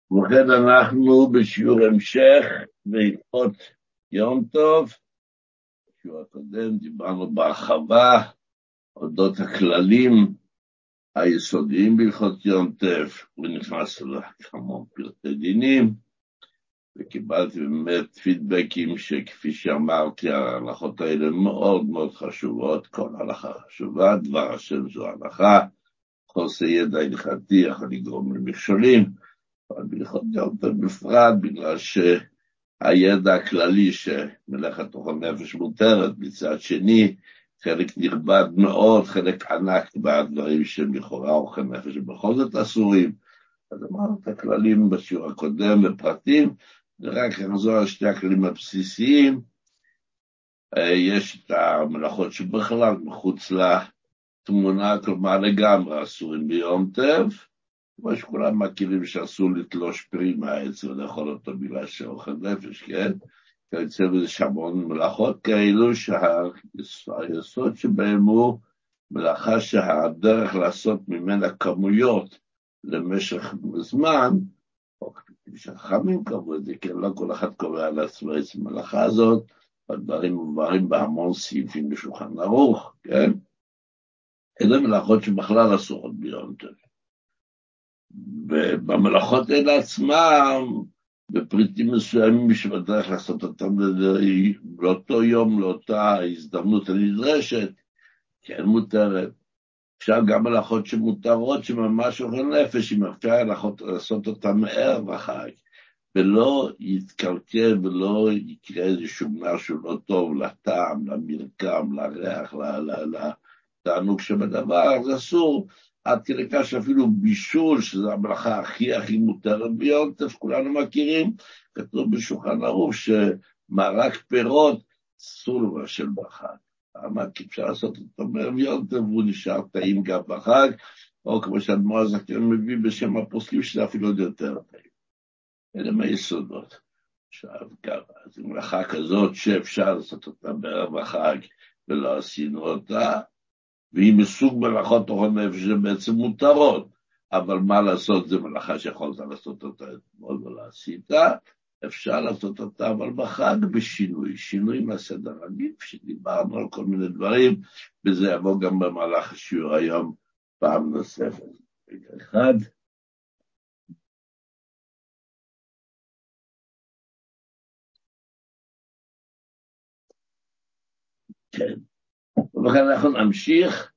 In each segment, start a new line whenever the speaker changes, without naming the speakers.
ובכן אנחנו בשיעור המשך בהלכות יום טוב. בשיעור הקודם דיברנו בהרחבה אודות הכללים היסודיים בהלכות יום טוב, ונכנסנו להמון פרטי דינים, וקיבלתי באמת פידבקים שכפי שאמרתי, ההלכות האלה מאוד מאוד חשובות, כל הלכה חשובה, דבר השם זו הלכה, חוסר ידע הלכתי יכול לגרום למכשולים, אבל בהלכות יום טוב בפרט, בגלל שהידע הכללי שמלאכת רוח הנפש מותרת, מצד שני, חלק נכבד מאוד, חלק ענק בדברים שהם לכאורה רוח הנפש ובכל זאת אסורים. אז אמרנו את הכללים בשיעור הקודם בפרטים, ורק נחזור על שתי הכללים הבסיסיים. יש את המלאכות שבכלל מחוץ לתמונה, כלומר לגמרי אסורים ביום טוב, כמו שכולם מכירים שאסור לתלוש פרי מהעץ ולאכול אותו בגלל שאוכל נפש, כן? כיוצא בזה שהמון מלאכות כאלו שהיסוד שבהם הוא מלאכה שהדרך לעשות ממנה כמויות למשך זמן, או כפי שחכמים קבעו את זה, כן, לא כל אחד קובע על עצמו את המלאכה הזאת, הדברים מובהרים בהמון סעיפים בשולחן ערוך, כן? אלה מלאכות שבכלל אסורות ביום טוב. ובמלאכות האלה עצמם, בפריטים מסוימים שבדרך לעשות אותם לאותו יום, לאותה הזדמנות הנדרשת, כן מותרת. אפשר גם מלאכות שמותרות, שממש אוכל נפש, אם אפשר לעשות אותם מערב החג, ולא יתקלקל ולא יקרה איזשהו משהו לא טוב, לטעם, למרקם, לריח, לתענוג שבדבר, אז אסור. עד כדי כך שאפילו בישול, שזו המלאכה הכי מותרת ביום טוב, כולנו מכירים, כתוב בשולחן ערוך שמרק פירות אסור לבשל בחג. למה? כי אפשר לעשות אותו ביום טוב, והוא נשאר טעים גם בחג, או כמו שהאדמו"ר הזקן מביא בשם הפוסקים, שזה אפילו עוד יותר טעים. אלה מהיסודות. עכשיו, אז מלאכה כזאת שאפשר לעשות אותה בערב החג, ולא עשינו אותה, והיא מסוג מלאכות רוח הנפש שבעצם מותרות, אבל מה לעשות, זה מלאכה שיכולת לעשות אותה אתמול ולא עשית, אפשר לעשות אותה, אבל בחג בשינוי, שינוי מהסדר רגיל, שדיברנו על כל מיני דברים, וזה יבוא גם במהלך השיעור היום פעם נוספת. רגע אחד. כן. ובכן אנחנו נמשיך.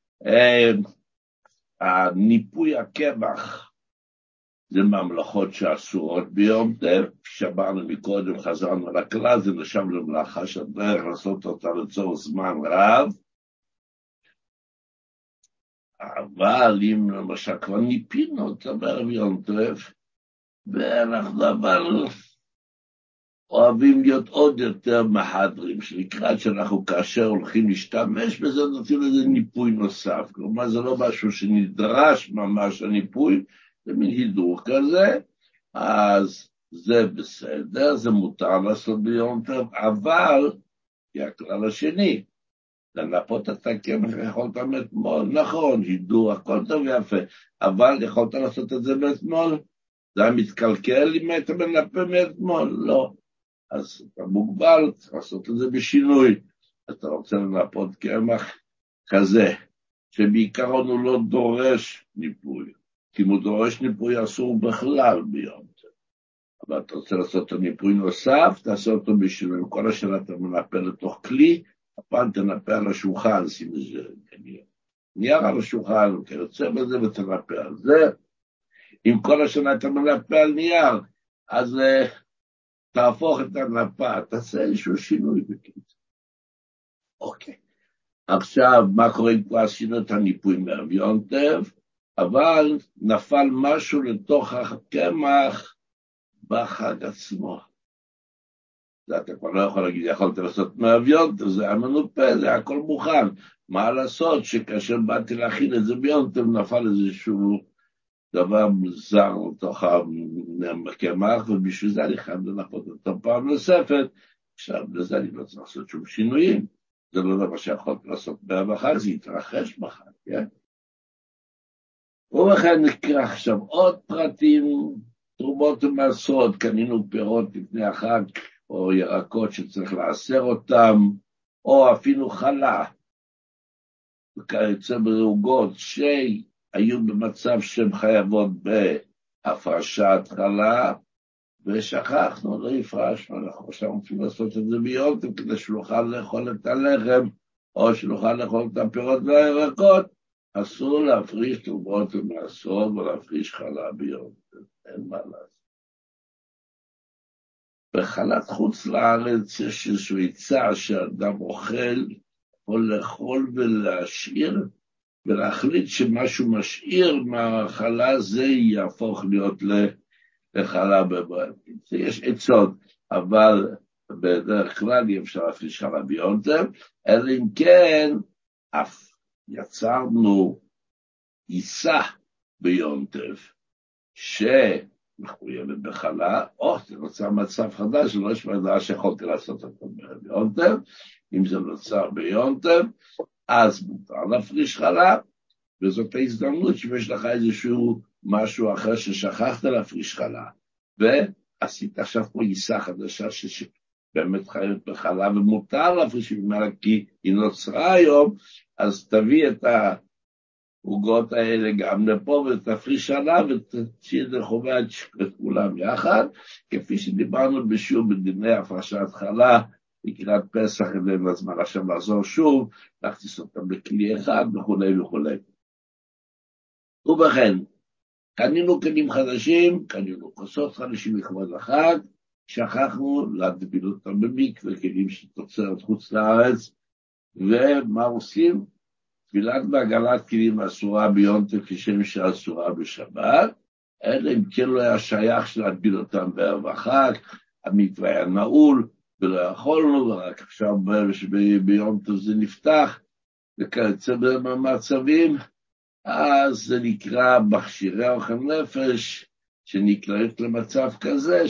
הניפוי הקמח זה ממלכות שאסורות ביום טוב, כשאמרנו מקודם, חזרנו לכלל, זה נחשב למלאכה שהדרך לעשות אותה לצורך זמן רב, אבל אם למשל כבר ניפינו אותה בערב יום טוב, ואנחנו אבל אוהבים להיות עוד יותר מחדרים, שלקראת שאנחנו כאשר הולכים להשתמש בזה, נותנים לזה ניפוי נוסף. כלומר, זה לא משהו שנדרש ממש הניפוי, זה מין הידור כזה, אז זה בסדר, זה מותר לעשות ביום טוב, אבל, כי הכלל השני, לנפות את הקמח יכולת מאתמול, נכון, הידור, הכל טוב ויפה, אבל יכולת לעשות את זה מאתמול, זה היה מתקלקל אם היית מנפה מאתמול, לא. אז אתה מוגבל, צריך לעשות את זה בשינוי. אתה רוצה לנפות קמח כזה, שבעיקרון הוא לא דורש ניפוי, כי אם הוא דורש ניפוי אסור בכלל ביום טוב. אבל אתה רוצה לעשות את הניפוי נוסף, תעשה אותו בשינוי. כל השנה אתה מנפה לתוך כלי, הפעם תנפה על השולחן, שים איזה נייר על השולחן, וכיוצא בזה ותנפה על זה. אם כל השנה אתה מנפה על נייר, אז תהפוך את הנפה, תעשה איזשהו שינוי בקיצור. אוקיי. עכשיו, מה קורה אם כבר עשינו את הניפוי מערב יום טוב, אבל נפל משהו לתוך הקמח בחג עצמו. זה אתה כבר לא יכול להגיד, יכולת לעשות מערב יום טוב, זה היה מנופה, זה היה הכל מוכן. מה לעשות שכאשר באתי להכין את זה ביום טוב, נפל איזשהו דבר מוזר לתוך הקמח, ובשביל זה אני חייב לנפות אותו פעם נוספת. עכשיו, לזה אני לא צריך לעשות שום שינויים. זה לא דבר שיכולת לעשות בערב החג, זה יתרחש בחג, כן? ובכן נקרא עכשיו עוד פרטים תרומות ומעשרות, קנינו פירות לפני החג, או ירקות שצריך לעשר אותם, או אפילו חלה, וכיוצא בעוגות שהיו במצב שהן חייבות בהפרשת חלה, ושכחנו, לא הפרשנו, אנחנו עכשיו רוצים לעשות את זה ביום, כדי שנוכל לאכול את הלחם, או שנוכל לאכול את הפירות והירקות, אסור להפריש תרומות ומעשרות, ולהפריש חלה ביום, אין מה לעשות. בחלת חוץ לארץ יש איזשהו עצה שאדם אוכל, יכול לאכול ולהשאיר, ולהחליט שמשהו משאיר מהחלה זה יהפוך להיות לחלה בבית. יש עצות, אבל בדרך כלל אי אפשר להפריש חלה ביום טוב, אלא אם כן אף יצרנו עיסה ביום טוב, מחויבת בחלה, או זה נוצר מצב חדש, שלא יש מדעה שיכולתי לעשות אותו ביום טוב, אם זה נוצר ביום טוב, אז מותר להפריש חלה, וזאת ההזדמנות שיש לך איזשהו משהו אחר ששכחת להפריש חלה, ועשית עכשיו פה עיסה חדשה שבאמת חייבת בחלה, ומותר להפריש ממנה כי היא נוצרה היום, אז תביא את העוגות האלה גם לפה, ותפריש עליו, ותשאיר לחובה את כולם יחד, כפי שדיברנו בשיעור בדיני הפרשת חלה, לקראת פסח, אין הזמן עכשיו לעזור שוב, להכניס אותם לכלי אחד, וכו' וכו'. ובכן, קנינו כלים חדשים, קנינו כוסות חדשים לכבוד החג, שכחנו להטביל אותם במקווה, כלים שתוצרת חוץ לארץ, ומה עושים? טבילת ועגלת כלים אסורה ביום טוב כשם שאסורה בשבת, אלא אם כן לא היה שייך להטביל אותם בערב החג, המקווה היה נעול ולא יכולנו, ורק עכשיו ביום טוב זה נפתח, וכיוצא במצבים, אז זה נקרא מכשירי אוכל נפש, שנקראים למצב כזה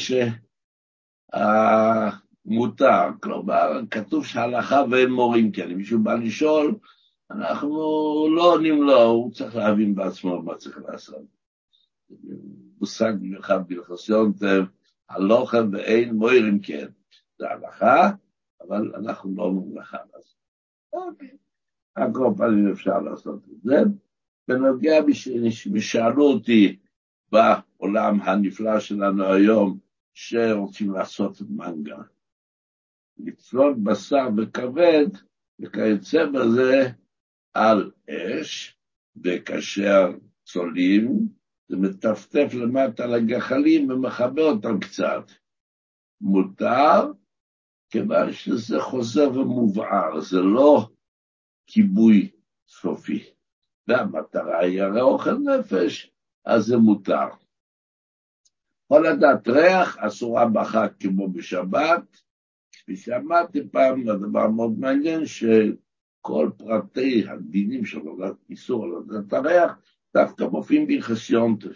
שמותר, כלומר כתוב שהלכה ואין מורים, כי מישהו בא לשאול, אנחנו לא עונים לו, הוא צריך להבין בעצמו מה צריך לעשות. מושג מיוחד בהלכות יום טוב, הלכה ואין מורים, כן, זה הלכה, אבל אנחנו לא אומרים לך לעשות. אוקיי, הכל פעמים אפשר לעשות את זה. בנוגע משאלו אותי בעולם הנפלא שלנו היום, שרוצים לעשות מנגה. לצלול בשר בכבד, וכיוצא בזה על אש, וכאשר צולים, זה מטפטף למטה לגחלים ומחבר אותם קצת. מותר, כיוון שזה חוזר ומובער, זה לא כיבוי סופי. והמטרה היא הרי אוכל נפש, אז זה מותר. הולדת ריח אסורה בחג כמו בשבת, כפי שאמרתי פעם, הדבר מאוד מעניין, שכל פרטי הדינים של איסור הולדת הריח, דווקא מופיעים בהלכות יום טוב.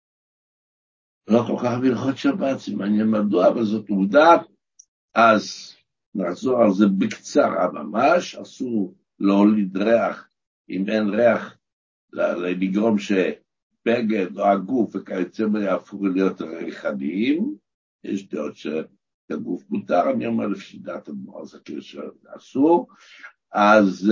לא כל כך בהלכות שבת, זה מעניין מדוע, אבל זאת עובדה, אז נחזור על זה בקצרה ממש, אסור להוליד ריח, אם אין ריח, לגרום שבגד או הגוף וכיוצא יהפכו להיות ריחניים, יש דעות שהגוף מותר, אני אומר לפי דעת אדמו"ר הזקן שאסור, אז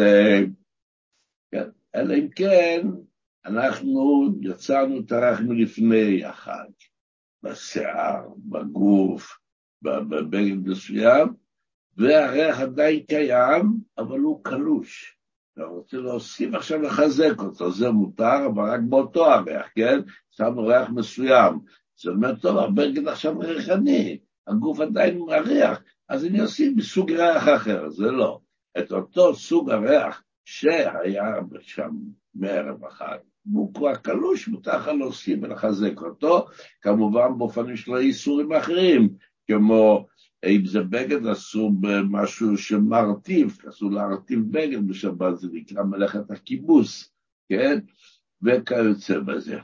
כן, אלא אם כן, אנחנו יצרנו, טרחנו לפני החג, בשיער, בגוף, בבגד מסוים, והריח עדיין קיים, אבל הוא קלוש. אתה רוצה להוסיף עכשיו לחזק אותו, זה מותר, אבל רק באותו הריח, כן? שמנו ריח מסוים, זה אומר, טוב, הבגד עכשיו ריחני, הגוף עדיין מריח, אז אני אוסיף בסוג ריח אחר, זה לא. את אותו סוג הריח שהיה שם מערב החג, הוא כבר קלוש, מותר להוסיף ולחזק אותו, כמובן באופנים שלו איסורים אחרים, כמו אם זה בגד אסור במשהו שמרטיב, אסור להרטיב בגד בשבת, זה נקרא מלאכת הכיבוס, כן? וכיוצא בזה.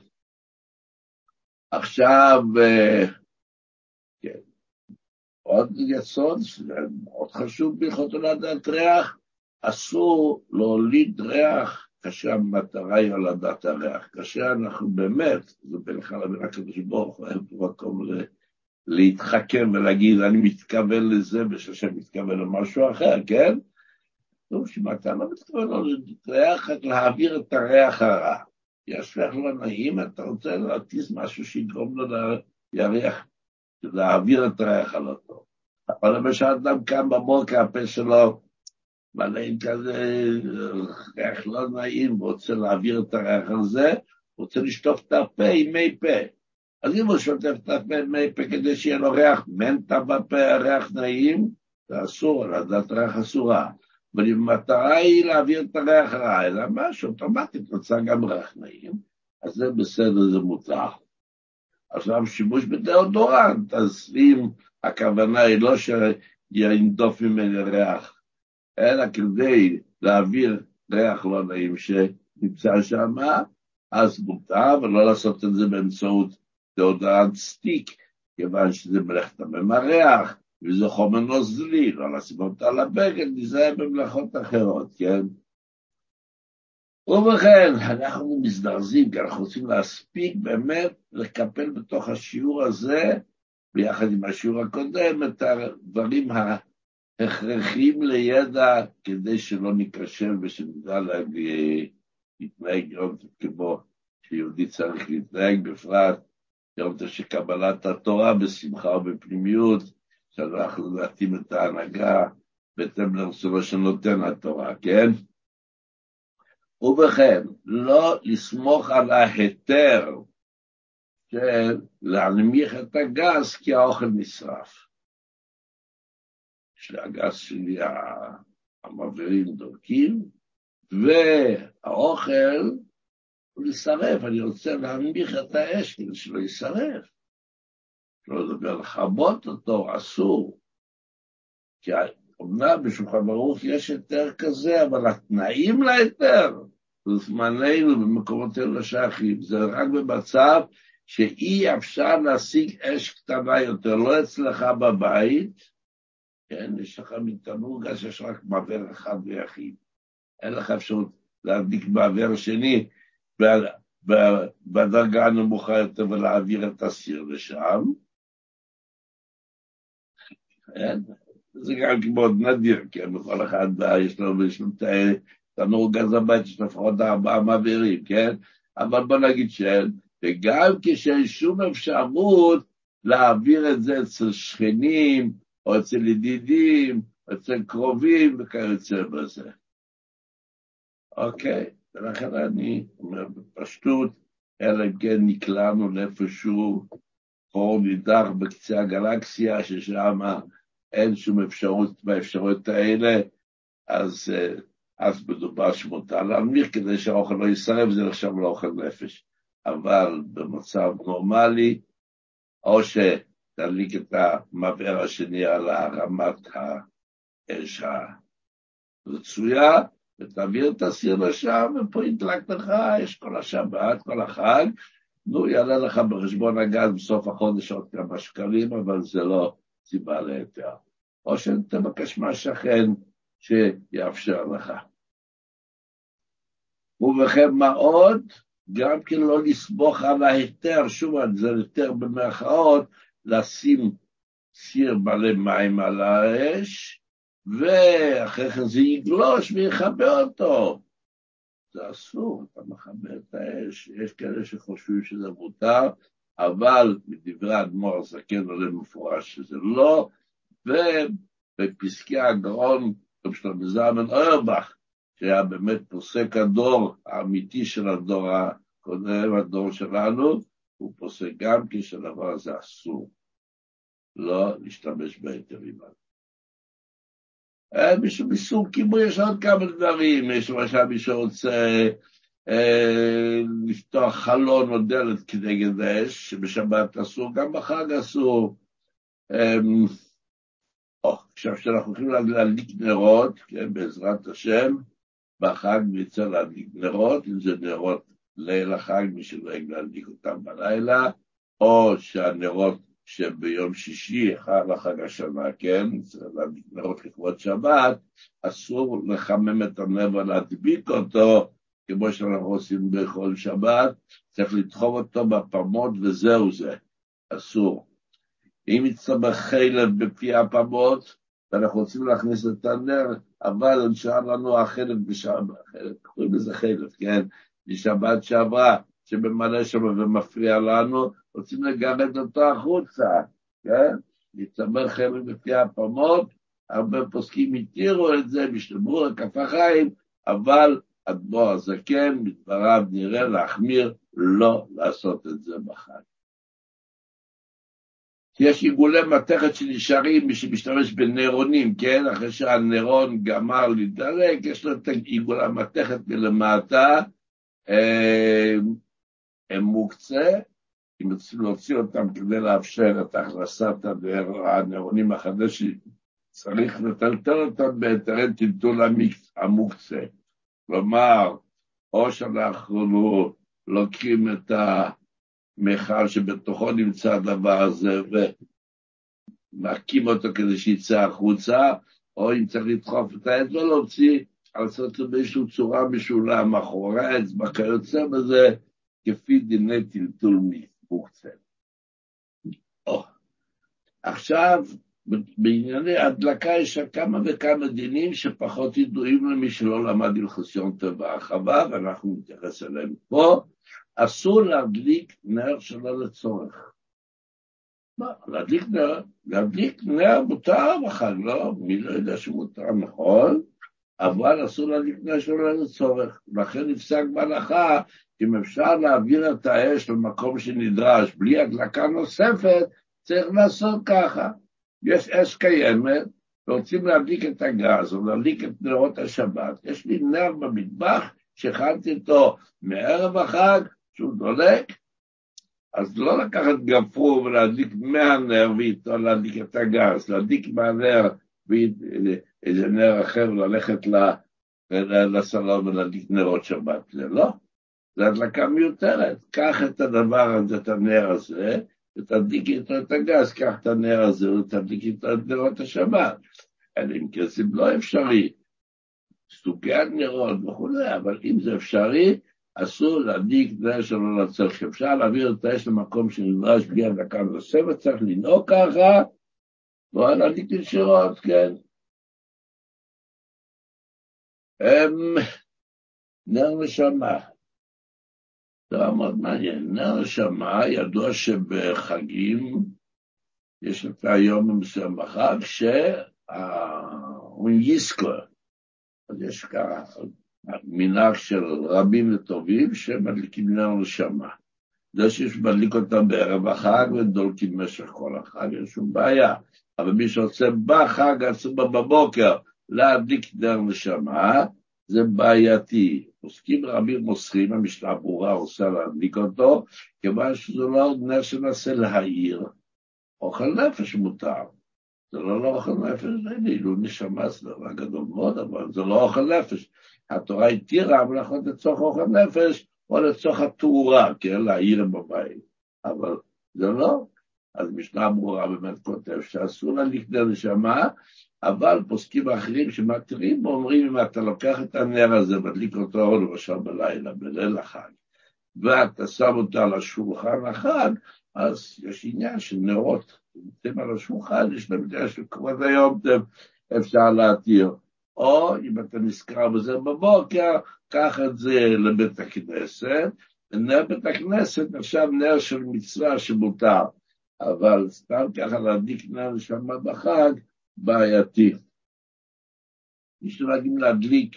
עכשיו, כן, עוד יסוד, מאוד חשוב בהלכות הולדת ריח, אסור להוליד ריח כאשר המטרה היא הולדת הריח, כאשר אנחנו באמת, זה בינך לבין הקדוש ברוך הוא, אין פה מקום להתחכם ולהגיד, אני מתכוון לזה, ושהשם מתכוון למשהו אחר, כן? טוב, שמתה לא מתכוון לו לריח, רק להעביר את הריח הרע. יש ריח לא נעים, אתה רוצה להטיס משהו שיגרום לו לירח, להעביר את הריח הלא טוב. אבל למשל אדם קם בבוקר, הפה שלו, מלא עם כזה ריח לא נעים, רוצה להעביר את הריח הזה, רוצה לשטוף את הפה עם מי פה. אז אם הוא שוטף את הפה עם מי פה כדי שיהיה לו ריח מנטה בפה, ריח נעים, זה אסור, לדעת ריח אסורה. אבל אם המטרה היא להעביר את הריח הרע, אלא משהו, אוטומטית נוצא גם ריח נעים, אז זה בסדר, זה מותר. עכשיו שימוש בדאודורנט, אז אם הכוונה היא לא שינדוף ממני ריח, אלא כדי להעביר ריח לא נעים שנמצא שם, אז מותר, ולא לעשות את זה באמצעות דאודורנט סטיק, כיוון שזה מלאכת הממרח, וזה חומר נוזלי, לא לשים אותה על הבגד, נזהר במלאכות אחרות, כן? ובכן, אנחנו מזדרזים, כי אנחנו רוצים להספיק באמת לקפל בתוך השיעור הזה, ביחד עם השיעור הקודם, את הדברים ההכרחיים לידע, כדי שלא נקשל ושנדע להתנהג יום כמו שיהודי צריך להתנהג, בפרט יום שקבלת התורה בשמחה ובפנימיות, שאנחנו נתאים את ההנהגה בהתאם לרצונו שנותן התורה, כן? ובכן, לא לסמוך על ההיתר של להנמיך את הגז כי האוכל נשרף. שהגז שלי, המעבירים דורקים, והאוכל הוא נשרף, אני רוצה להנמיך את האש כדי שלא ישרף. לא לדבר לכבות אותו, אסור. כי אומנם בשולחן ערוך יש היתר כזה, אבל התנאים להיתר, בזמננו במקומותינו לשייכים, זה רק במצב שאי אפשר להשיג אש קטנה יותר, לא אצלך בבית, כן, יש לך מתנור גז, יש רק מעבר אחד ויחיד. אין לך אפשרות להדליק מעבר שני, בדרגה הנמוכה יותר ולהעביר את הסיר לשם. כן? זה גם מאוד נדיר, כן, בכל אחד יש לו תנור גז הבית, יש לפחות 4 מעבירים, כן? אבל בוא נגיד שאין, וגם כשאין שום אפשרות להעביר את זה אצל שכנים, או אצל ידידים, או אצל קרובים, וכיוצא בזה. אוקיי? ולכן אני אומר בפשטות, אלא אם כן נקלענו לאיפשהו אור נידח בקצה הגלקסיה, ששם אין שום אפשרות באפשרויות האלה, אז מדובר שמותר להנמיך כדי שהאוכל לא ישרף, זה נחשב לאוכל נפש. אבל במצב נורמלי, או שתדליק את המבער השני על הרמת האש הרצויה, ותעביר את הסיר לשם, ופה ידלק לך, יש כל השבת, כל החג, נו, יעלה לך בחשבון הגז בסוף החודש עוד כמה שקלים, אבל זה לא סיבה להיתר. או שתבקש מהשכן שיאפשר לך. ובכן מה עוד? גם כן לא לסמוך על ההיתר, שוב, זה היתר במרכאות, לשים סיר מלא מים על האש, ואחרי כן זה יגלוש ויחבא אותו. זה אסור, אתה מחבא את האש, יש כאלה שחושבים שזה מותר, אבל מדברי האדמו"ר הזקן עולה מפורש שזה לא, ובפסקי הגאון, כמו שלמה זלמן אוירבך, שהיה באמת פוסק הדור האמיתי של הדור הקודם, הדור שלנו, הוא פוסק גם כשהדבר הזה אסור, לא להשתמש בהיתרים האלה. מסוג כיבוי יש עוד כמה דברים, יש למשל מי שרוצה לפתוח חלון או דלת כנגד אש, שבשבת אסור, גם בחג אסור. עכשיו שאנחנו הולכים להדליק נרות, כן, בעזרת השם, בחג נצא להדליק נרות, אם זה נרות ליל החג, מי שנוהג להדליק אותם בלילה, או שהנרות שביום שישי, אחר החג השנה, כן, להדליק נרות לכבוד שבת, אסור לחמם את הנר ולהדביק אותו, כמו שאנחנו עושים בכל שבת, צריך לדחוף אותו בפמות וזהו זה, אסור. אם יצטרך חלב בפי הפמות, ואנחנו רוצים להכניס את הנר, אבל נשאר לנו החלב בשבת, קוראים לזה חלב, כן? בשבת שעברה, שבמלא שם ומפריע לנו, רוצים לגרד אותו החוצה, כן? יצטרך חלב בפי הפמות, הרבה פוסקים התירו את זה, משתמרו לכף החיים, אבל אדמו"ר הזקן, מדבריו נראה להחמיר, לא לעשות את זה בחג. יש עיגולי מתכת שנשארים, מי שמשתמש בנרונים, כן? אחרי שהנרון גמר להידלק, יש לו את עיגולי מתכת מלמטה, הם מוקצה, אם רוצים להוציא אותם כדי לאפשר את הכנסת הנרונים החדשים, צריך לטלטל אותם בהיתרי טלטול המוקצה. כלומר, או שאנחנו לוקחים את המכל שבתוכו נמצא הדבר הזה ומקים אותו כדי שיצא החוצה, או אם צריך לדחוף את העץ ולהוציא, לעשות את זה באיזושהי צורה משולה מאחורי העץ, כיוצא בזה, כפי דיני טלטול מוקצה. עכשיו, בענייני הדלקה יש כמה וכמה דינים שפחות ידועים למי שלא למד הלכות יום טוב בהרחבה, ואנחנו נתייחס אליהם פה. אסור להדליק נר שלא לצורך. להדליק נר מותר בחג, לא? מי לא יודע שמותר, נכון? אבל אסור להדליק נר שלא לצורך. לכן נפסק בהלכה, אם אפשר להעביר את האש למקום שנדרש, בלי הדלקה נוספת, צריך לעשות ככה. יש אש קיימת, ורוצים להדליק את הגז, או להדליק את נרות השבת. יש לי נר במטבח, שהכנתי אותו מערב החג, שהוא דולק, אז לא לקחת גפרור ולהדליק מהנר ואיתו להדליק את הגז, להדליק מהנר ואיזה נר אחר וללכת לסלון ולהדליק נרות שבת. זה לא, זה הדלקה מיותרת. קח את הדבר הזה, את הנר הזה, ותדליק איתו את הגז, קח את הנר הזה ותדליק איתו את נרות השבת. אלא אם כסף לא אפשרי, סוגי הנרות וכו', אבל אם זה אפשרי, אסור להדליק נר שלא לצורך. אפשר להעביר את האש למקום שנדרש בלי הדלקה נוספת, צריך לנהוג ככה, בואו להדליק ישירות, כן. נר נשמה. זה מאוד מעניין. נר נשמה, ידוע שבחגים, יש את היום המסוים בחג, שהוא יזכור. אז יש ככה, מנהג של רבים וטובים שמדליקים נר נשמה. זה שיש מדליק אותם בערב החג ודולקים במשך כל החג, אין שום בעיה. אבל מי שרוצה בחג עצמו בבוקר להדליק נר נשמה, זה בעייתי. פוסקים רבים מוסרים, המשנה ברורה עושה להדליק אותו, כיוון שזה לא נר שנעשה להעיר. אוכל נפש מותר. זה לא אוכל נפש, זה לא נשמה, זה דבר גדול מאוד, אבל זה לא אוכל נפש. התורה התירה מלאכות לצורך אוכל נפש, או לצורך התאורה, כן, להעיר בבית. אבל זה לא. אז משנה ברורה באמת כותב שאסור להדליק נר נשמה, אבל פוסקים האחרים שמתירים ואומרים, אם אתה לוקח את הנר הזה, מדליק אותו למשל בלילה, בליל החג, ואתה שם אותה על השולחן החג, אז יש עניין של נרות, נמצאים על השולחן, יש להם עניין של כבוד היום, אפשר להתיר. או אם אתה נזכר בזה בבוקר, קח את זה לבית הכנסת, ונר בית הכנסת נחשב נר של מצווה שמותר, אבל סתם ככה להדליק נר נשמה בחג, בעייתי. יש להגיד להדליק,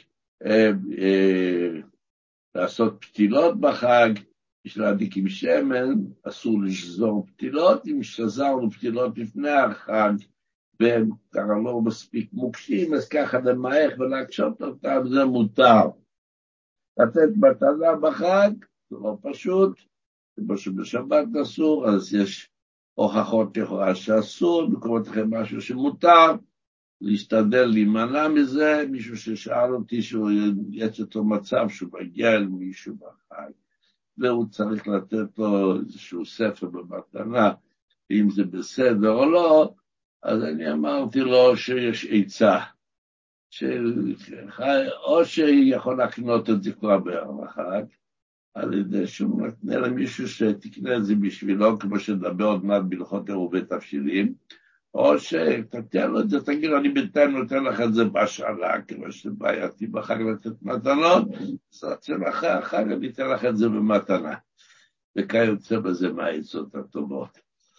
לעשות פתילות בחג, יש להדליק עם שמן, אסור לשזור פתילות, אם שזרנו פתילות לפני החג, והם ככה לא מספיק מוקשים, אז ככה למעך ולהקשות אותם, זה מותר. לתת מתנה בחג, זה לא פשוט, כמו שבשבת אסור, אז יש הוכחות לכאורה שאסור, במקומות אחרי משהו שמותר, להשתדל להימנע מזה, מישהו ששאל אותי שהוא יש אותו מצב שהוא מגיע אל מישהו בחג, והוא צריך לתת לו איזשהו ספר במתנה, אם זה בסדר או לא, אז אני אמרתי לו שיש עצה, או שיכול לקנות את זה כבר בערב החג, על ידי שהוא נתנה למישהו שתקנה את זה בשבילו, כמו שנדבר עוד מעט בהלכות עירובי תבשילים, או שתתן לו את זה, תגיד לו, אני בינתיים נותן לך את זה בהשאלה, כמו שבעייתי בחג לתת מתנות, אז אצל אחרי החג אני אתן לך את זה במתנה. וכיוצא בזה מהעצות הטובות.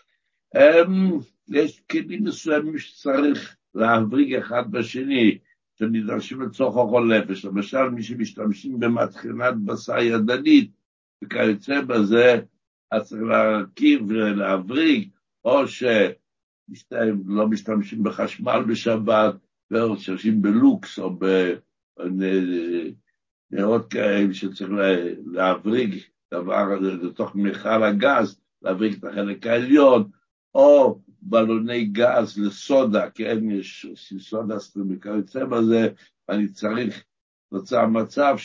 יש כלים מסוימים שצריך להבריג אחד בשני, שנדרשים לצורך אוכל נפש. למשל, מי שמשתמשים במטחנת בשר ידנית, וכיוצא בזה, אז צריך להרכיב ולהבריג, או שלא משתמשים בחשמל בשבת, או משתמשים בלוקס, או בנרות כאלה שצריך להבריג דבר לתוך מיכל הגז, להבריג את החלק העליון, או בלוני גז לסודה, כן, יש סודה סטרמיקה יוצא בזה, ואני צריך נוצר מצב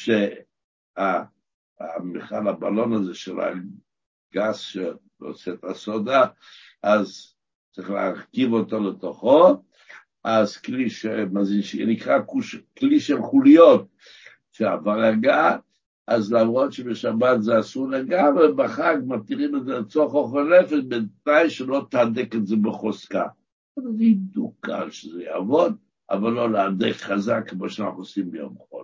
שהמיכל הבלון הזה של הגז שעושה את הסודה, אז צריך להרכיב אותו לתוכו, אז כלי שנקרא כלי של חוליות, שהברגה, אז למרות שבשבת זה אסור לגמרי, בחג מתירים את זה לצורך אוכל נפש, בתנאי שלא תהדק את זה בחוזקה. זה ידעו קל שזה יעבוד, אבל לא להדק חזק כמו שאנחנו עושים ביום חול.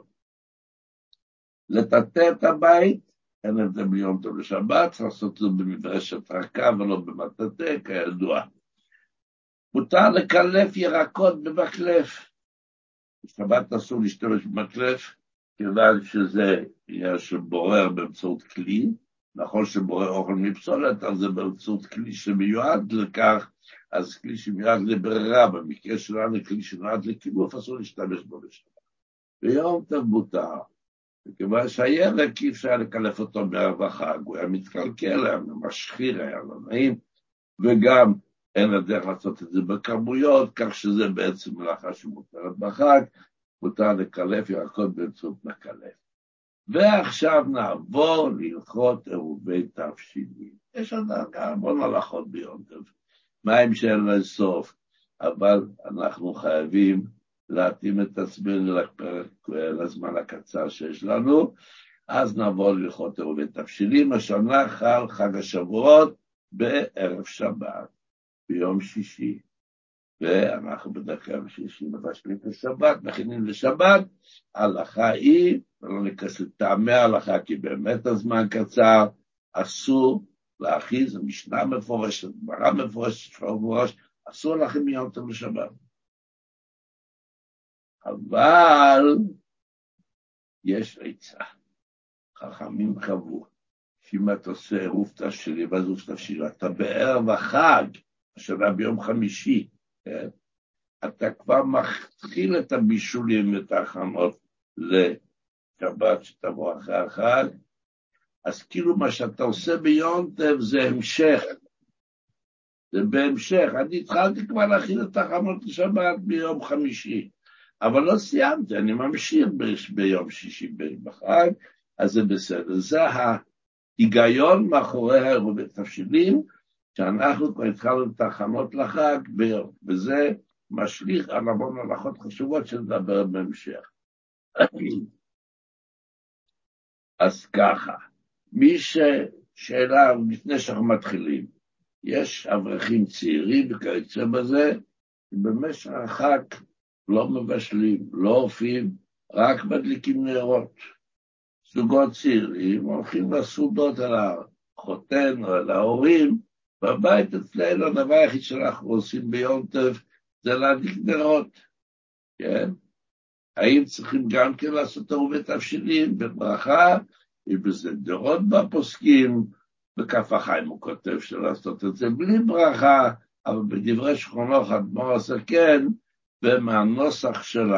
לטאטא את הבית, אין את זה ביום טוב לשבת, צריך לעשות את זה במברשת רכה ולא במטאטא, כידוע. מותר לקלף ירקות במקלף. בשבת אסור להשתמש במקלף, כיוון שזה יהיה שבורר באמצעות כלי, נכון שבורר אוכל מפסולת, אז זה באמצעות כלי שמיועד לכך, אז כלי שמיועד לברירה, במקרה שלנו כלי שמיועד לכילוף, אסור להשתמש בו בשבת. ביום טוב מותר, וכיוון שהירק אי אפשר לקלף אותו בערב החג, הוא היה מתקלקל, היה משחיר, היה לא נעים, וגם אין הדרך לעשות את זה בכמויות, כך שזה בעצם מלאכה שמותרת בחג, מותר לקלף ירקות באמצעות מקלף. ועכשיו נעבור להלכות עירובי תבשילים. יש עוד המון הלכות ביום טוב, מים שאין לסוף, אבל אנחנו חייבים להתאים את עצמנו לזמן הקצר שיש לנו, אז נעבור להלכות עירובי תבשילים. השנה חל חג השבועות בערב שבת, ביום שישי. ואנחנו בדרך כלל בשישי מבשלים את השבת, מכינים לשבת, ההלכה היא, ולא ניכנס לטעמי ההלכה, כי באמת הזמן קצר, אסור להכין, זו משנה מפורשת, גמרא מפורשת, אסור להכין מיום טוב לשבת. אבל יש עצה, חכמים קבעו, שאם אתה עושה עירוב תבשילים, ואז עירוב תבשילים, אתה בערב החג, השנה ביום חמישי, אתה כבר מתחיל את הבישולים ואת ההכנות לשבת שתבוא אחרי החג, אז כאילו מה שאתה עושה ביום טוב זה המשך, זה בהמשך. אני התחלתי כבר להכין את ההכנות לשבת ביום חמישי, אבל לא סיימתי, אני ממשיך ביום שישי בחג, אז זה בסדר. זה ההיגיון מאחורי העירובי תבשילים, שאנחנו כבר התחלנו את ההכנות לחג ביום, וזה משליך על המון הלכות חשובות שנדבר בהמשך. אז ככה, מי ששאלה לפני שאנחנו מתחילים, יש אברכים צעירים וכיוצא בזה, במשך החג לא מבשלים, לא אופים, רק מדליקים נרות. זוגות צעירים הולכים לסעודות על החותן או על ההורים, בבית אצלנו הדבר היחיד שאנחנו עושים ביום טוב זה להדליק נרות, כן? האם צריכים גם כן לעשות עירובי תבשילים בברכה, ובזה נרות בפוסקים, בכף החיים הוא כותב שלעשות את זה בלי ברכה, אבל בדברי שולחן ערוך האדמו"ר עושה כן, ומהנוסח של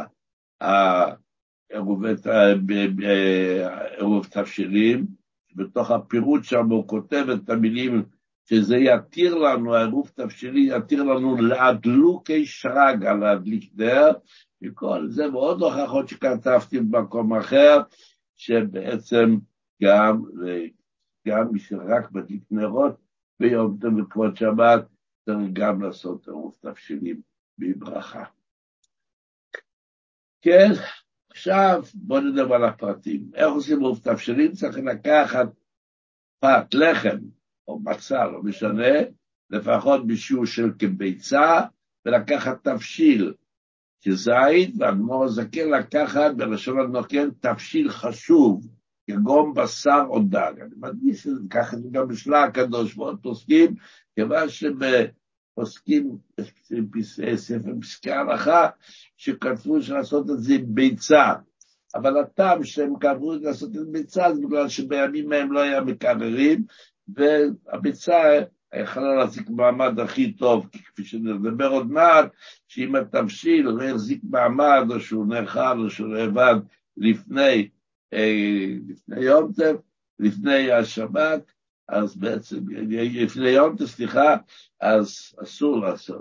עירוב תבשילים, בתוך הפירוט שם הוא כותב את המילים, שזה יתיר לנו, העירוב תבשילי יתיר לנו להדלוקי שרגא, להדליק נר, וכל זה ועוד הוכחות שכתבתי במקום אחר, שבעצם גם מי שרק מדליק נרות ביום טוב וכבוד שבת, צריך גם לעשות עירוב תבשילים בברכה. כן, עכשיו בואו נדבר על הפרטים. איך עושים עירוב תבשילים? צריך לקחת פת לחם, או בצל, לא משנה, לפחות בשיעור של כביצה, ולקחת תבשיל כזית, והאדמו"ר הזקן לקחת בלשון הנוקן תבשיל חשוב, כגון בשר או דג. אני מדגיש את זה, ככה זה גם בשלה הקדוש, ועוד פוסקים, כיוון שבפוסקים, ספר פסקי ההלכה, שכתבו שלעשות את זה עם ביצה, אבל הטעם שהם קבעו לעשות את ביצה, זה בגלל שבימים מהם לא היה מקררים, והביצה יכולה להחזיק מעמד הכי טוב, כפי שנדבר עוד מעט, שאם התבשיל לא יחזיק מעמד, או שהוא נאכל, או שהוא נאבד לפני יום טוב, לפני השבת, אז בעצם, לפני יום טוב, סליחה, אז אסור לעשות,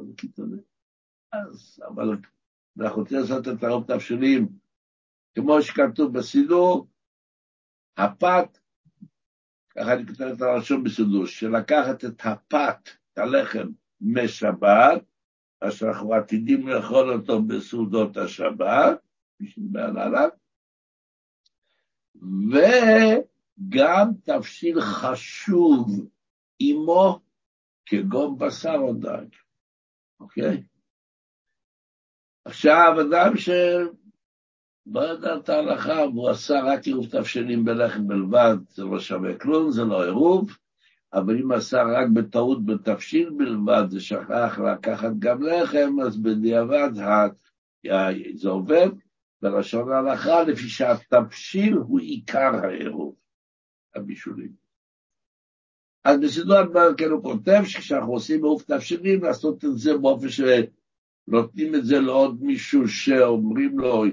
אבל אנחנו רוצים לעשות את עירוב תבשילים, כמו שכתוב בסידור, הפת, ככה אני כותב את הראשון בסידור, שלקחת את הפת, את הלחם משבת, אז אנחנו עתידים לאכול אותו בסעודות השבת, וגם תבשיל חשוב עמו, כגון בשר או דג. אוקיי? עכשיו, אדם לא ידע את ההלכה, והוא עשה רק עירוב תבשילים בלחם בלבד, זה לא שווה כלום, זה לא עירוב, אבל אם עשה רק בטעות בתבשיל בלבד, זה שכח לקחת גם לחם, אז בדיעבד זה עובד, בלשון ההלכה, לפי שהתבשיל הוא עיקר העירוב, הבישולים. אז בסידור כן הוא כותב, שכשאנחנו עושים עירוב תבשילים, לעשות את זה באופן שנותנים את זה לעוד מישהו שאומרים לו,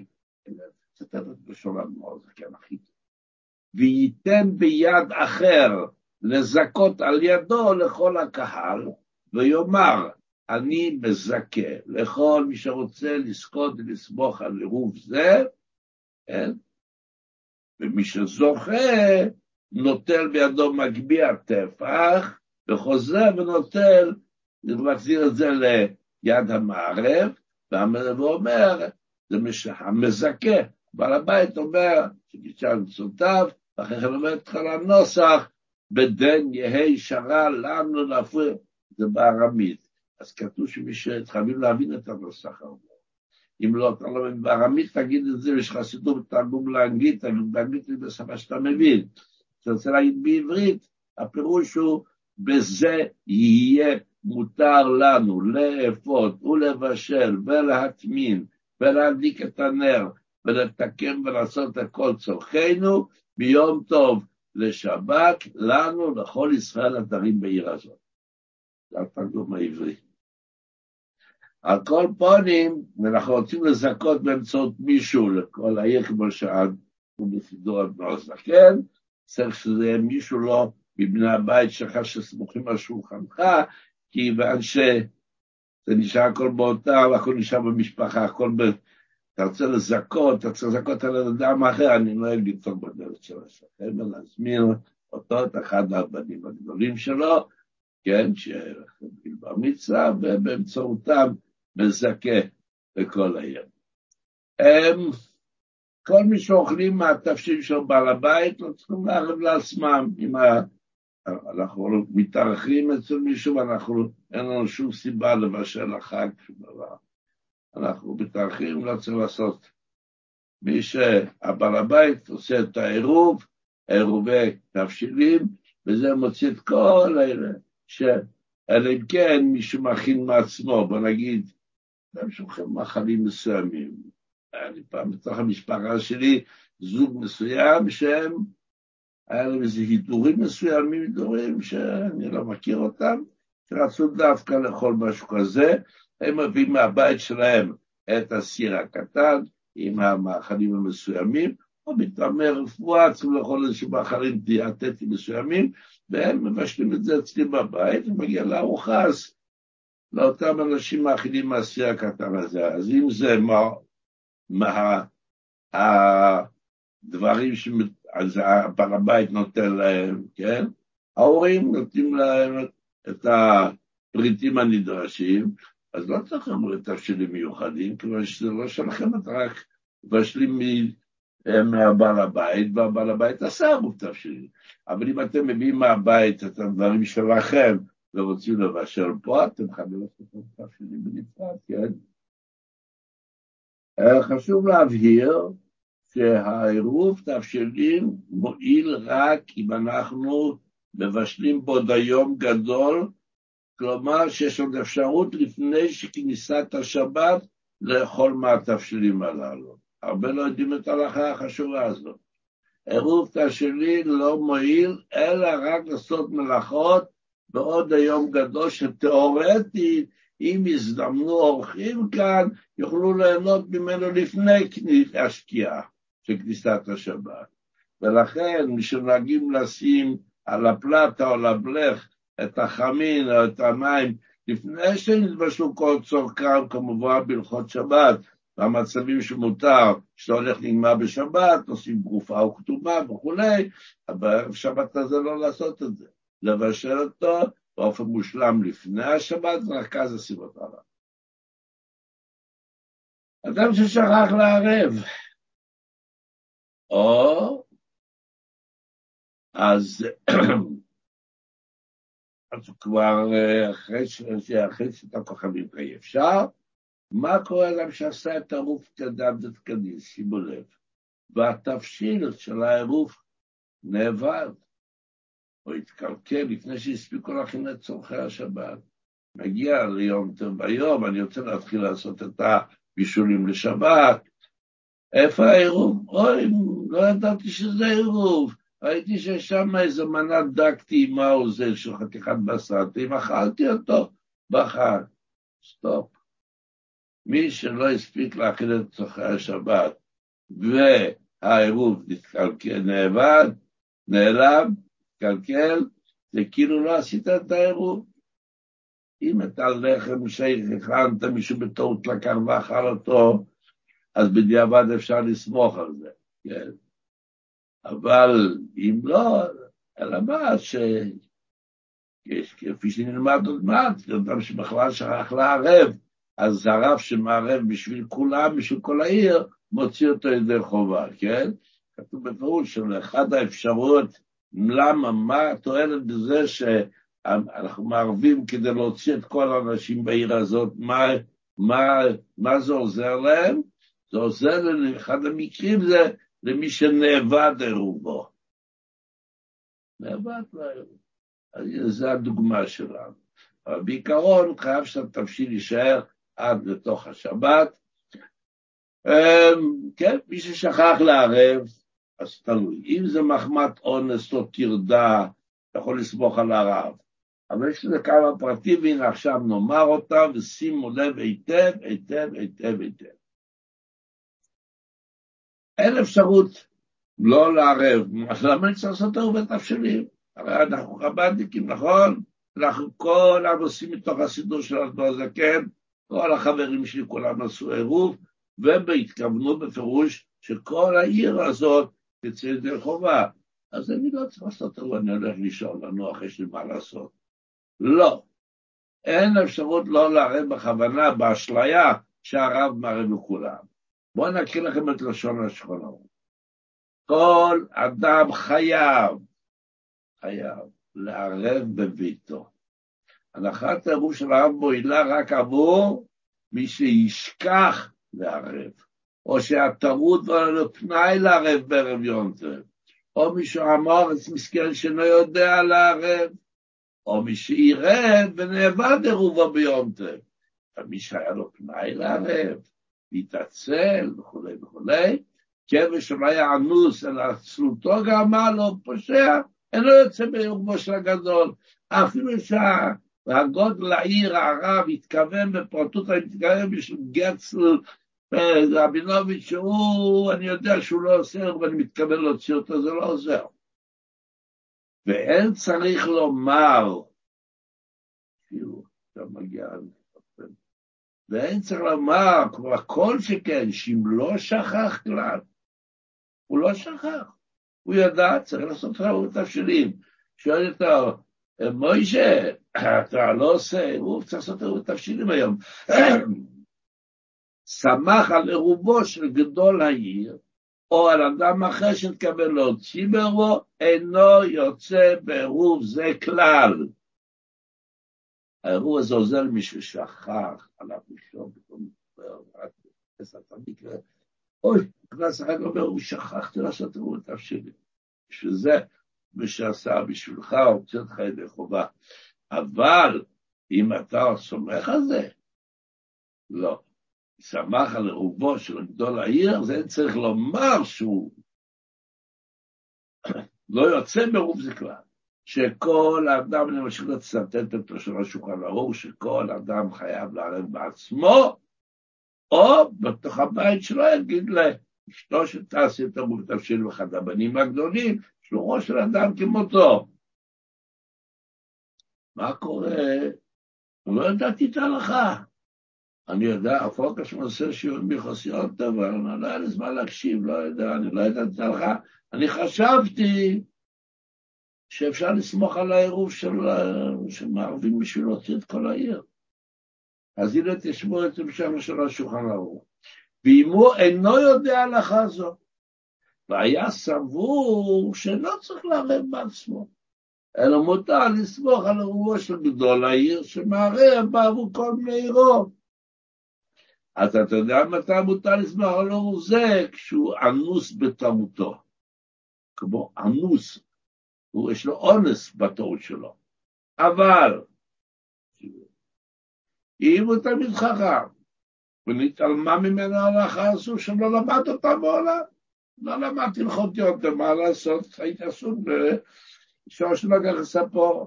וייתן ביד אחר לזכות על ידו לכל הקהל, ויאמר, אני מזכה לכל מי שרוצה לזכות ולסמוך על עירוב זה, כן? ומי שזוכה נוטל בידו מגביע טפח, וחוזר ונוטל, מחזיר את זה ליד המערב, ואומר, זה המזכה, בעל הבית אומר, שגישה לצונתיו, ואחרי כן אומר את כל הנוסח, בדן יהי שרה לנו להפריע, זה בארמית. אז כתוב שמי שחייבים להבין את הנוסח הזה. אם לא, אתה לא מבין בארמית, תגיד את זה, יש לך סידור בתרגום לאנגלית, תגיד באנגלית זה בשפה שאתה מבין. אתה רוצה להגיד בעברית, הפירוש הוא, בזה יהיה מותר לנו לאפות ולבשל ולהטמין, ולהדליק את הנר, ולתקן ולעשות הכל צורכנו, ביום טוב לשבת, לנו, לכל ישראל הדרים בעיר הזאת. זה התרגום העברי. על כל פונים, אנחנו רוצים לזכות באמצעות מישהו לכל העיר, כמו שעד ובסידור האדמו"ר הזקן, צריך שזה יהיה מישהו לא מבני הבית שלך שסמוכים על שולחנך, כיוון שזה נשאר הכל באותה, הכל נשאר במשפחה, הכל אתה רוצה לזכות, אתה צריך לזכות על אדם אחר, אני נוהג לדפוק בדלת של השכן, ולהזמין אותו, את אחד הבנים הגדולים שלו, כן, שבגיל בר מצווה, ובאמצעותם מזכה בכל העיר. כל מי שאוכלים מהתבשיל של בעל הבית, לא צריכים לערב לעצמם, אנחנו מתארחים אצל מישהו, אין לנו שום סיבה לבשל החג, שום דבר. אנחנו מתארחים, לא צריך לעשות. מי שהבעל הבית עושה את העירוב, עירובי תבשילים, וזה מוציא את כל האלה, אלא אם כן מישהו מכין מעצמו, בוא נגיד, הם שולחים מאכלים מסוימים. אני פעם בתוך המשפחה שלי, זוג מסוים שהם, היה להם איזה הידורים מסוימים, הידורים שאני לא מכיר אותם, שרצו דווקא לאכול משהו כזה, הם מביאים מהבית שלהם את הסיר הקטן, עם המאכלים המסוימים, או מתאמי רפואה, צריכים לאכול איזשהו מאכלים דיאטטיים מסוימים, והם מבשלים את זה אצלי בבית, ומגיע לארוחה, אז לאותם אנשים מאכילים מהסיר הקטן הזה. אז אם זה הדברים אז הבעל הבית נותן להם, כן? ההורים נותנים להם את הפריטים הנדרשים, אז לא צריכים תבשילים מיוחדים, כיוון שזה לא שלכם, אתה רק מבשלים מהבעל הבית, והבעל הבית עשה עירוב תבשילים. אבל אם אתם מביאים מהבית את הדברים שלכם, ורוצים לבשל פה, אתם חייבים לעשות עירוב תבשילים בנפרד, כן? חשוב להבהיר שהעירוב תבשילים מועיל רק אם אנחנו מבשלים בו דיום גדול, כלומר שיש עוד אפשרות לפני שכניסת השבת לאכול מהתבשילים הללו. הרבה לא יודעים את ההלכה החשובה הזאת. עירוב תבשילים לא מועיל, אלא רק לעשות מלאכות בעוד היום גדול שתיאורטית, אם יזדמנו אורחים כאן, יוכלו ליהנות ממנו לפני השקיעה של כניסת השבת. ולכן, משנהגים לשים על הפלטה או לבלך את החמין או את המים, לפני שנתבשלו כל צורכם, כמובן בהלכות שבת, במצבים שמותר, שאתה הולך נגמר בשבת, עושים גרופה או כתובה וכולי, אבל בשבת הזה לא לעשות את זה. לבשל אותו באופן מושלם לפני השבת, רק אז הסיבות עליו. אדם ששכח לערב, או אז כבר אחרי שאת הכוכבים כאי אפשר, מה קורה גם שעשה את העירוב כדת ותקדיש, שימו לב, והתבשיל של העירוב נאבד, או התקלקל לפני שהספיקו להכין את צורכי השבת. מגיע ליום טוב ביום, אני רוצה להתחיל לעשות את הבישולים לשבת. איפה העירוב? אוי, לא ידעתי שזה עירוב. ראיתי ששם איזה מנת דק טעימה או זה של חתיכת בשר, אם אכלתי אותו בחג. סטופ. מי שלא הספיק להכין את צורכי השבת, והעירוב נאבד, נעלם, קלקל, זה כאילו לא עשית את העירוב. אם אתה לחם שהכנת מישהו בטעות לקח ואכל אותו, אז בדיעבד אפשר לסמוך על זה, כן? אבל אם לא, אלא מה כפי שנלמד עוד מעט, אדם שבכלל שכח לערב, אז הרב שמערב בשביל כולם, בשביל כל העיר, מוציא אותו ידי חובה, כן? כתוב בפירוש של אחד האפשרויות, למה, מה התועלת בזה שאנחנו מערבים כדי להוציא את כל האנשים בעיר הזאת, מה זה עוזר להם? זה עוזר להם, אחד המקרים זה למי שנאבד עירובו. נאבד לעירוב. זו הדוגמה שלנו. אבל בעיקרון חייב שהתבשיל יישאר עד לתוך השבת. כן, מי ששכח לערב, אז תלוי. אם זה מחמת אונס או תרדה, אתה יכול לסמוך על הרב. אבל יש לזה כמה פרטים, והנה עכשיו נאמר אותם, ושימו לב היטב, היטב, היטב, היטב. אין אפשרות לא לערב. אז למה אני צריך לעשות עירוב תבשילים? הרי אנחנו חב"דניקים, נכון? אנחנו כל עושים מתוך הסידור של אדמו"ר הזקן, כל החברים שלי כולם עשו עירוב, ובהתכוונו בפירוש שכל העיר הזאת תצא ידי חובה. אז אני לא צריך לעשות עירוב, אני הולך לישון, לנוח, יש לי מה לעשות. לא. אין אפשרות לא לערב בכוונה, באשליה, שהרב מערב לכולם. בואו נקריא לכם את לשון השכונה. כל אדם חייב לערב בביתו. הנחת העירוב של הרב מועילה רק עבור מי שישכח לערב, או שהטעות לא פנאי לערב בערב יום טוב, או מי שאמר את מסכן שלא יודע לערב, או מי שעירב ונאבד עירובו ביום טוב. מי שהיה לו פנאי לערב, להתעצל וכו' וכו', כבש שלא היה אנוס, אלא עצלותו גרמה לו פושע, אינו יוצא בעירובו של הגדול. אפילו שהגודל העיר הרב התכוון בפרטות, התכוון בשביל גצל רבינוביץ' שהוא, אני יודע שהוא לא עוזר, ואני מתכוון להוציא אותו, זה לא עוזר. ואין צריך לומר, ואין צריך לומר, כמו הכל שכן, שאם לא שכח כלל, הוא לא שכח. הוא ידע, צריך לעשות עירוב תבשילים. שואל אותו, מוישה, אתה לא עושה עירוב, צריך לעשות עירוב תבשילים היום. שמח על עירובו של גדול העיר, או על אדם אחר שתקבל להוציא בעירובו, אינו יוצא בעירוב זה כלל. העירוב הזה עוזר למי ששכח עליו לשאול, אוי, נכנס אחר כך, הוא שכחתי לעשות עירוב תבשילים. בשביל זה, מי שעשה בשבילך, הוציא אותך ידי חובה. אבל, אם אתה סומך על זה, לא. שמח על עירובו של גדול העיר, זה צריך לומר שהוא לא יוצא בעירוב זה כלל. שכל אדם, אני ממשיך לצטט את של השולחן ערוך, שכל אדם חייב לערב בעצמו, או בתוך הבית שלו יגיד לאשתו שתעשי את עירוב תבשיל ואחד הבנים הגדולים, שלוחו של אדם כמותו. מה קורה? לא ידעתי את ההלכה. אני יודע, הפוקס עושה שיעורים ביחסיות, אבל לא היה לי זמן להקשיב, לא יודע, אני לא ידעתי את ההלכה. אני חשבתי שאפשר לסמוך על העירוב שמערבים בשביל להוציא את כל העיר. אז הנה תשמעו את המשך של השולחן ערוך. ואם הוא אינו יודע הלכה זו, והיה סבור שלא צריך לערב בעצמו, אלא מותר לסמוך על עירובו של גדול העיר שמערב בעבור כל בני עירו. אז אתה יודע מתי מותר לסמוך על עירוב זה? כשהוא אנוס בתמותו. כמו אנוס. יש לו אונס בטעות שלו. אבל, אם הוא תמיד חכם, ונתעלמה ממנו ההלכה הזו שלא למד אותה בעולם, לא למד הלכות יותר, מה לעשות? הייתי עסוק בשורש לקח לספור.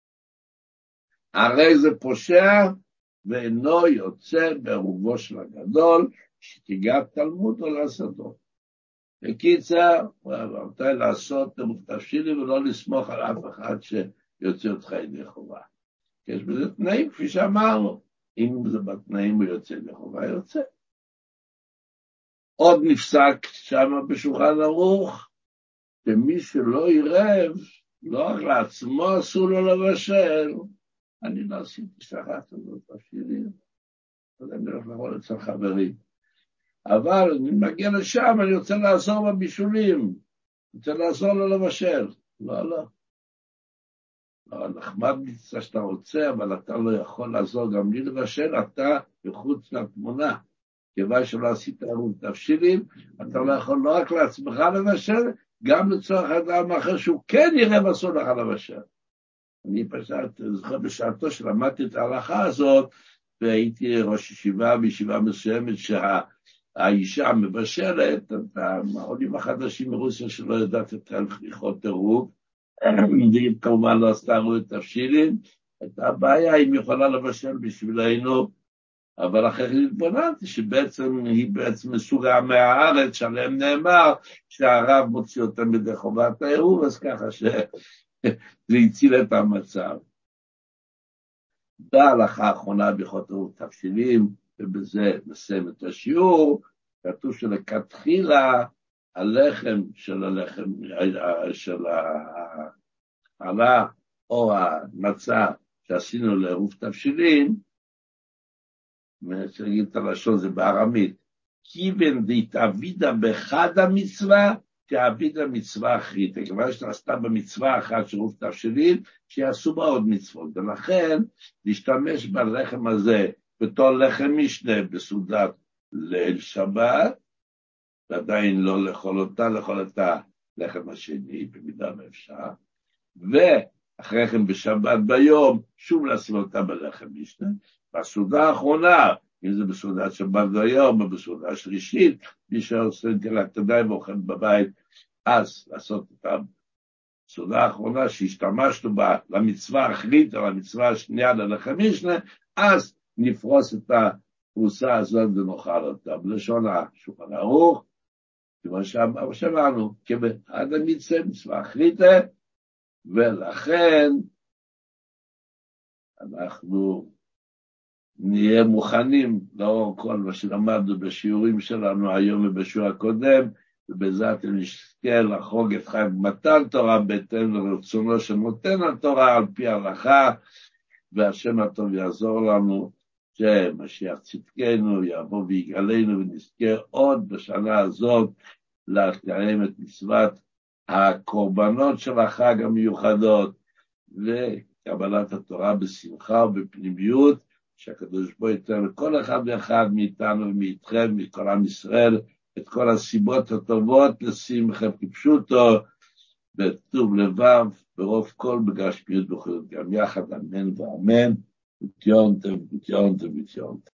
הרי זה פושע, ואינו יוצא בעירובו של הגדול, שתיגע תלמוד או לעשותו. בקיצר, מתי לעשות תבשילים ולא לסמוך על אף אחד שיוצא אותך ידי חובה. יש בזה תנאים, כפי שאמרנו, אם זה בתנאים הוא יוצא ידי חובה, יוצא. עוד נפסק שם בשולחן ערוך, שמי שלא ירב, לא רק לעצמו אסור לו לבשל, אני לא עשיתי שכחת הזאת תבשילים, אז אני הולך לבוא אצל חברים. אבל אני מגיע לשם, אני רוצה לעזור בבישולים, אני רוצה לעזור לו לבשל. לא, לא. לא, נחמד מצטע שאתה רוצה, אבל אתה לא יכול לעזור גם לי לבשל, אתה בחוץ לתמונה. כיוון שלא עשית עירוב תבשילים, אתה לא יכול לא רק לעצמך לבשל, גם לצורך אדם אחר שהוא כן יראה בסור לך לבשל. אני פשוט זוכר בשעתו שלמדתי את ההלכה הזאת, והייתי ראש ישיבה בישיבה מסוימת האישה מבשלת, העולים החדשים מרוסיה שלא יודעת את הלכות עירוב, והיא כמובן לא עשתה עירוב תבשילים, הייתה הבעיה, היא יכולה לבשל בשבילנו, אבל אחרי התבוננתי שבעצם היא בעצם מסוג העמי הארץ, שעליהם נאמר שהרב מוציא אותם בידי חובת העירוב, אז ככה שזה הציל את המצב. בהלכה האחרונה בהלכות עירוב תבשילים, ובזה נסיים את השיעור, כתוב שלכתחילה הלחם של הלחם, של החלה או המצה שעשינו לעירוב תבשילים, ונגיד את הלשון זה בארמית, כיוון דהתעבידה באחד המצווה, תעבידה מצווה אחרית, כיוון שעשתה במצווה אחת של עירוב תבשילים, שיעשו בה עוד מצוות, ולכן להשתמש בלחם הזה, בתור לחם משנה בסעודת ליל שבת, ועדיין לא לאכול אותה, לאכול את הלחם השני, במידה מאפשר, ואחרי כן בשבת ביום, שוב לשים אותה בלחם משנה, בסעודה האחרונה, אם זה בסעודת שבת ביום, או בסעודה השלישית, מי שעושה נטילת ידיים ואוכל בבית, אז לעשות את הסעודה האחרונה שהשתמשנו בה למצווה האחרית, או למצווה השנייה ללחם משנה, אז נפרוס את הפרוסה הזאת ונאכל אותה. בלשון השולחן ערוך, כמו שאמרנו, עד המצווה, מצווה אחרית, ולכן אנחנו נהיה מוכנים לאור כל מה שלמדנו בשיעורים שלנו היום ובשיעור הקודם, ובעזרת נזכה לחוג את חג מתן תורה בהתאם לרצונו שנותן התורה על פי ההלכה, והשם הטוב יעזור לנו שמשיח צדקנו יבוא ויגאלנו ונזכה עוד בשנה הזאת לקיים את מצוות הקורבנות של החג המיוחדות וקבלת התורה בשמחה ובפנימיות, שהקדוש ברוך הוא ייתן לכל אחד ואחד מאיתנו ומאיתכם, מכל עם ישראל, את כל הסיבות הטובות לשמחה כפשוטו, בטוב לבב, ברוב כל, בגשמיות ובחיות גם יחד, אמן ואמן, ותיונתם.